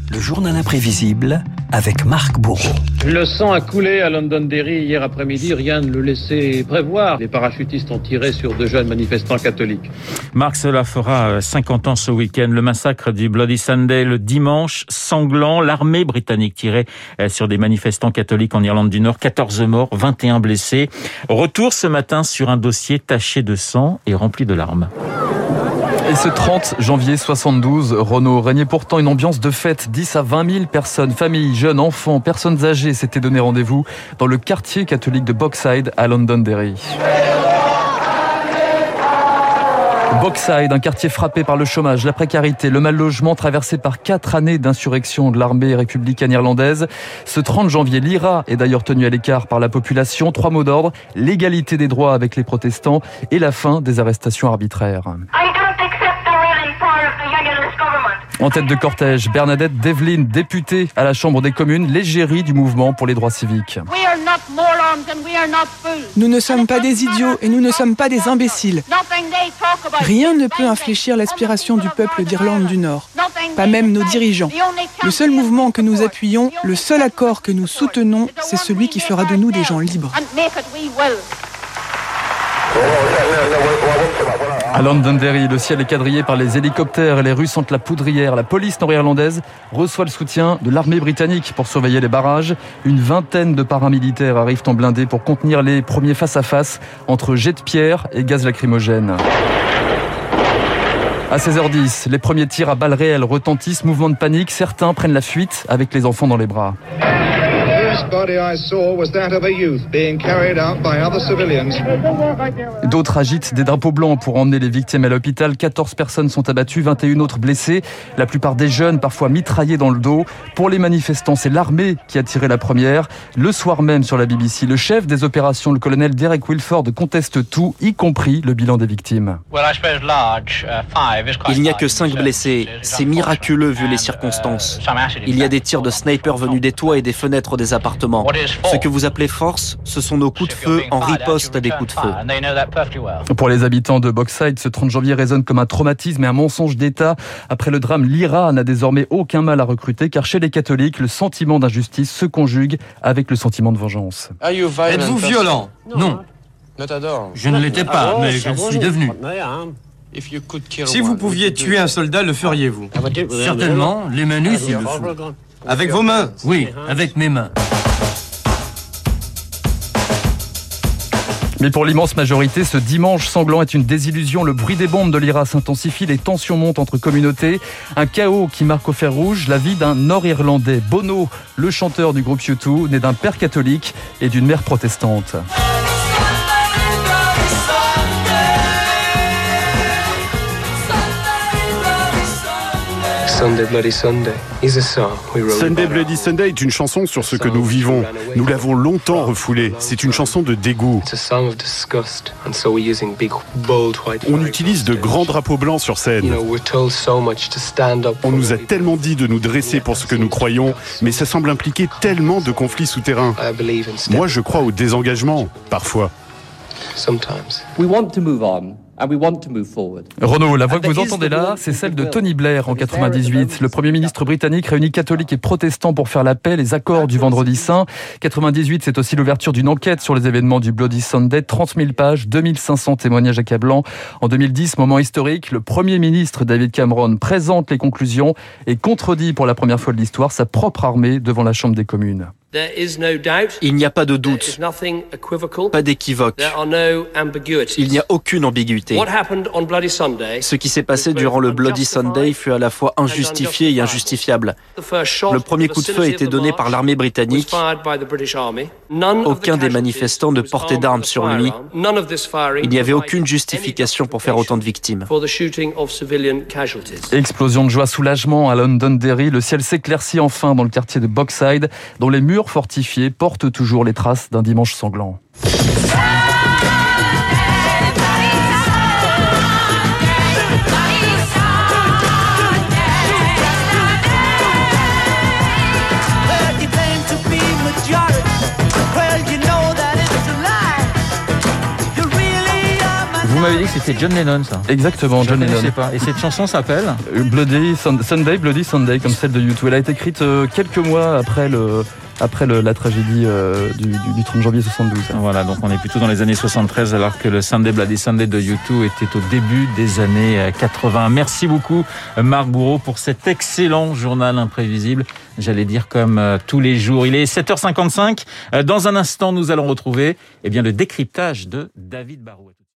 Le journal imprévisible avec Marc Bourreau. Le sang a coulé à Londonderry hier après-midi, rien ne le laissait prévoir. Les parachutistes ont tiré sur 2 jeunes manifestants catholiques. Marc, cela fera 50 ans ce week-end. Le massacre du Bloody Sunday, le dimanche sanglant, l'armée britannique tirait sur des manifestants catholiques en Irlande du Nord. 14 morts, 21 blessés. Retour ce matin sur un dossier taché de sang et rempli de larmes. Et ce 30 janvier 72, Renault régnait pourtant une ambiance de fête. 10 à 20 000 personnes, familles, jeunes, enfants, personnes âgées s'étaient donné rendez-vous dans le quartier catholique de Bogside à Londonderry. Bogside, un quartier frappé par le chômage, la précarité, le mal-logement, traversé par 4 années d'insurrection de l'armée républicaine irlandaise. Ce 30 janvier, l'IRA est d'ailleurs tenu à l'écart par la population. 3 mots d'ordre, l'égalité des droits avec les protestants et la fin des arrestations arbitraires. En tête de cortège, Bernadette Devlin, députée à la Chambre des communes, l'égérie du mouvement pour les droits civiques. Nous ne sommes pas des idiots et nous ne sommes pas des imbéciles. Rien ne peut infléchir l'aspiration du peuple d'Irlande du Nord, pas même nos dirigeants. Le seul mouvement que nous appuyons, le seul accord que nous soutenons, c'est celui qui fera de nous des gens libres. À Londonderry, le ciel est quadrillé par les hélicoptères et les rues sentent la poudrière. La police nord-irlandaise reçoit le soutien de l'armée britannique pour surveiller les barrages. Une vingtaine de paramilitaires arrivent en blindé pour contenir les premiers face-à-face entre jets de pierre et gaz lacrymogène. À 16h10, les premiers tirs à balles réelles retentissent, mouvement de panique. Certains prennent la fuite avec les enfants dans les bras. D'autres agitent des drapeaux blancs pour emmener les victimes à l'hôpital. 14 personnes sont abattues, 21 autres blessées. La plupart des jeunes, parfois mitraillés dans le dos. Pour les manifestants, c'est l'armée qui a tiré la première. Le soir même sur la BBC, le chef des opérations, le colonel Derek Wilford, conteste tout, y compris le bilan des victimes. Il n'y a que 5 blessés. C'est miraculeux vu les circonstances. Il y a des tirs de snipers venus des toits et des fenêtres des appartements. Ce que vous appelez force, ce sont nos coups de feu en riposte à des coups de feu. Pour les habitants de Bogside, ce 30 janvier résonne comme un traumatisme et un mensonge d'État. Après le drame, l'IRA n'a désormais aucun mal à recruter car chez les catholiques, le sentiment d'injustice se conjugue avec le sentiment de vengeance. Êtes-vous violent ? Non. Je ne l'étais pas, mais je le suis devenu. Si vous pouviez tuer un soldat, le feriez-vous ? Certainement, les mains nues s'il le faut. Avec vos mains ? Oui, avec mes mains. Mais pour l'immense majorité, ce dimanche sanglant est une désillusion. Le bruit des bombes de l'IRA s'intensifie, les tensions montent entre communautés. Un chaos qui marque au fer rouge la vie d'un Nord-Irlandais. Bono, le chanteur du groupe U2, né d'un père catholique et d'une mère protestante. Sunday Bloody Sunday is a song we wrote. Sunday Bloody Sunday est une chanson sur ce que nous vivons. Nous l'avons longtemps refoulée. C'est une chanson de dégoût. On utilise de grands drapeaux blancs sur scène. On nous a tellement dit de nous dresser pour ce que nous croyons, mais ça semble impliquer tellement de conflits souterrains. Moi, je crois au désengagement, parfois. We want to move on. Renaud, la voix que vous entendez là, c'est celle de Tony Blair en 98. Le Premier ministre britannique réunit catholiques et protestants pour faire la paix, les accords du Vendredi Saint. 98, c'est aussi l'ouverture d'une enquête sur les événements du Bloody Sunday. 30 000 pages, 2500 témoignages accablants. En 2010, moment historique, le Premier ministre David Cameron présente les conclusions et contredit pour la première fois de l'histoire sa propre armée devant la Chambre des communes. Il n'y a pas de doute, pas d'équivoque. Il n'y a aucune ambiguïté. Ce qui s'est passé durant le Bloody Sunday fut à la fois injustifié et injustifiable. Le premier coup de feu a été donné par l'armée britannique. Aucun des manifestants ne portait d'armes sur lui. Il n'y avait aucune justification pour faire autant de victimes. Explosion de joie, soulagement à Londonderry. Le ciel s'éclaircit enfin dans le quartier de Bogside, dont les murs fortifiés portent toujours les traces d'un dimanche sanglant. Vous m'avez dit que c'était John Lennon, ça. Exactement, John Lennon. Je ne sais pas. Et cette chanson s'appelle Bloody Sunday, comme celle de U2. Elle a été écrite quelques mois après la tragédie du 30 janvier 72. Voilà, donc on est plutôt dans les années 73, alors que le Sunday Bloody Sunday de U2 était au début des années 80. Merci beaucoup, Marc Bourreau, pour cet excellent journal imprévisible. J'allais dire comme tous les jours. Il est 7h55. Dans un instant, nous allons retrouver le décryptage de David Barrault.